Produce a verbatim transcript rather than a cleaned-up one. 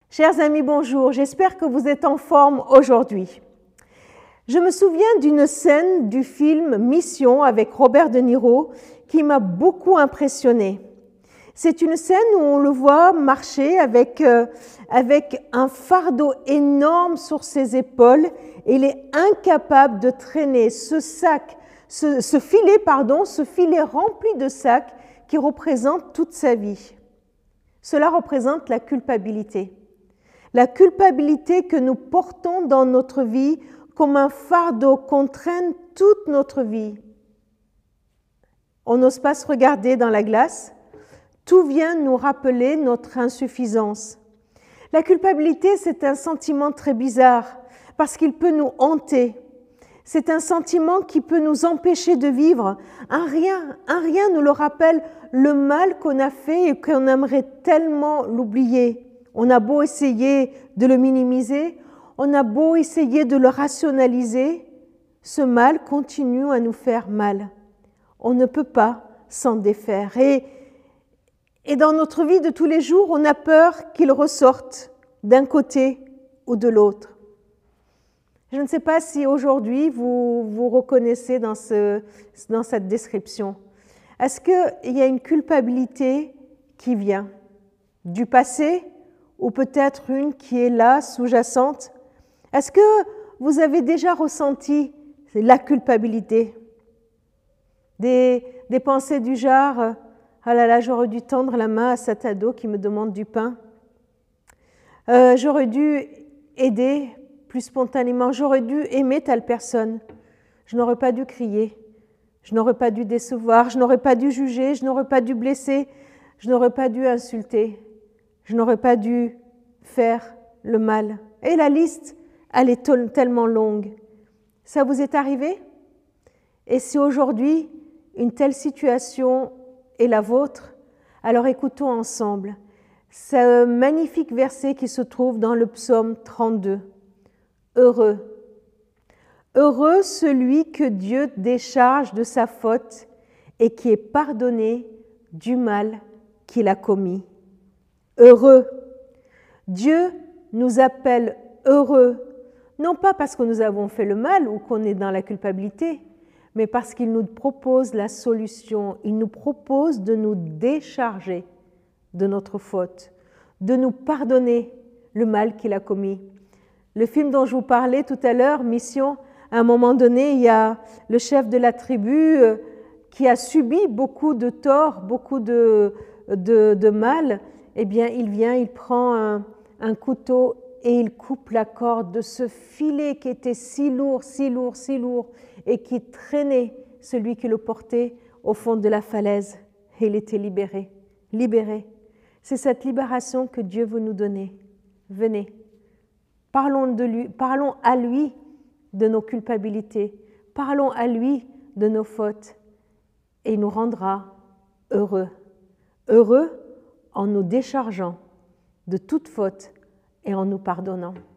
Chers amis, bonjour, j'espère que vous êtes en forme aujourd'hui. Je me souviens d'une scène du film Mission avec Robert De Niro qui m'a beaucoup impressionnée. C'est une scène où on le voit marcher avec, euh, avec un fardeau énorme sur ses épaules et il est incapable de traîner ce sac, ce, ce filet, pardon, ce filet rempli de sacs qui représente toute sa vie. Cela représente la culpabilité. La culpabilité que nous portons dans notre vie comme un fardeau qu'on traîne toute notre vie. On n'ose pas se regarder dans la glace. Tout vient nous rappeler notre insuffisance. La culpabilité, c'est un sentiment très bizarre parce qu'il peut nous hanter. C'est un sentiment qui peut nous empêcher de vivre. Un rien, un rien nous le rappelle le mal qu'on a fait et qu'on aimerait tellement l'oublier. On a beau essayer de le minimiser, on a beau essayer de le rationaliser, ce mal continue à nous faire mal. On ne peut pas s'en défaire. Et, et dans notre vie de tous les jours, on a peur qu'il ressorte d'un côté ou de l'autre. Je ne sais pas si aujourd'hui vous vous reconnaissez dans, ce, dans cette description. Est-ce qu'il y a une culpabilité qui vient du passé ou peut-être une qui est là, sous-jacente? Est-ce que vous avez déjà ressenti la culpabilité? Des, des pensées du genre « Ah là là, j'aurais dû tendre la main à cet ado qui me demande du pain. Euh, j'aurais dû aider plus spontanément. J'aurais dû aimer telle personne. Je n'aurais pas dû crier. Je n'aurais pas dû décevoir. Je n'aurais pas dû juger. Je n'aurais pas dû blesser. Je n'aurais pas dû insulter. Je n'aurais pas dû faire le mal. » Et la liste, elle est tellement longue. Ça vous est arrivé? Et si aujourd'hui, une telle situation est la vôtre, alors écoutons ensemble ce magnifique verset qui se trouve dans le psaume trente-deux. Heureux. Heureux celui que Dieu décharge de sa faute et qui est pardonné du mal qu'il a commis. Heureux. Dieu nous appelle heureux, non pas parce que nous avons fait le mal ou qu'on est dans la culpabilité, mais parce qu'il nous propose la solution. Il nous propose de nous décharger de notre faute, de nous pardonner le mal qu'il a commis. Le film dont je vous parlais tout à l'heure, Mission, à un moment donné, il y a le chef de la tribu qui a subi beaucoup de torts, beaucoup de, de, de mal. Eh bien, il vient, il prend un, un couteau et il coupe la corde de ce filet qui était si lourd, si lourd, si lourd, et qui traînait celui qui le portait au fond de la falaise. Et il était libéré, libéré. C'est cette libération que Dieu veut nous donner. Venez, parlons, de lui, parlons à lui de nos culpabilités, parlons à lui de nos fautes, et il nous rendra heureux. Heureux en nous déchargeant de toute faute et en nous pardonnant.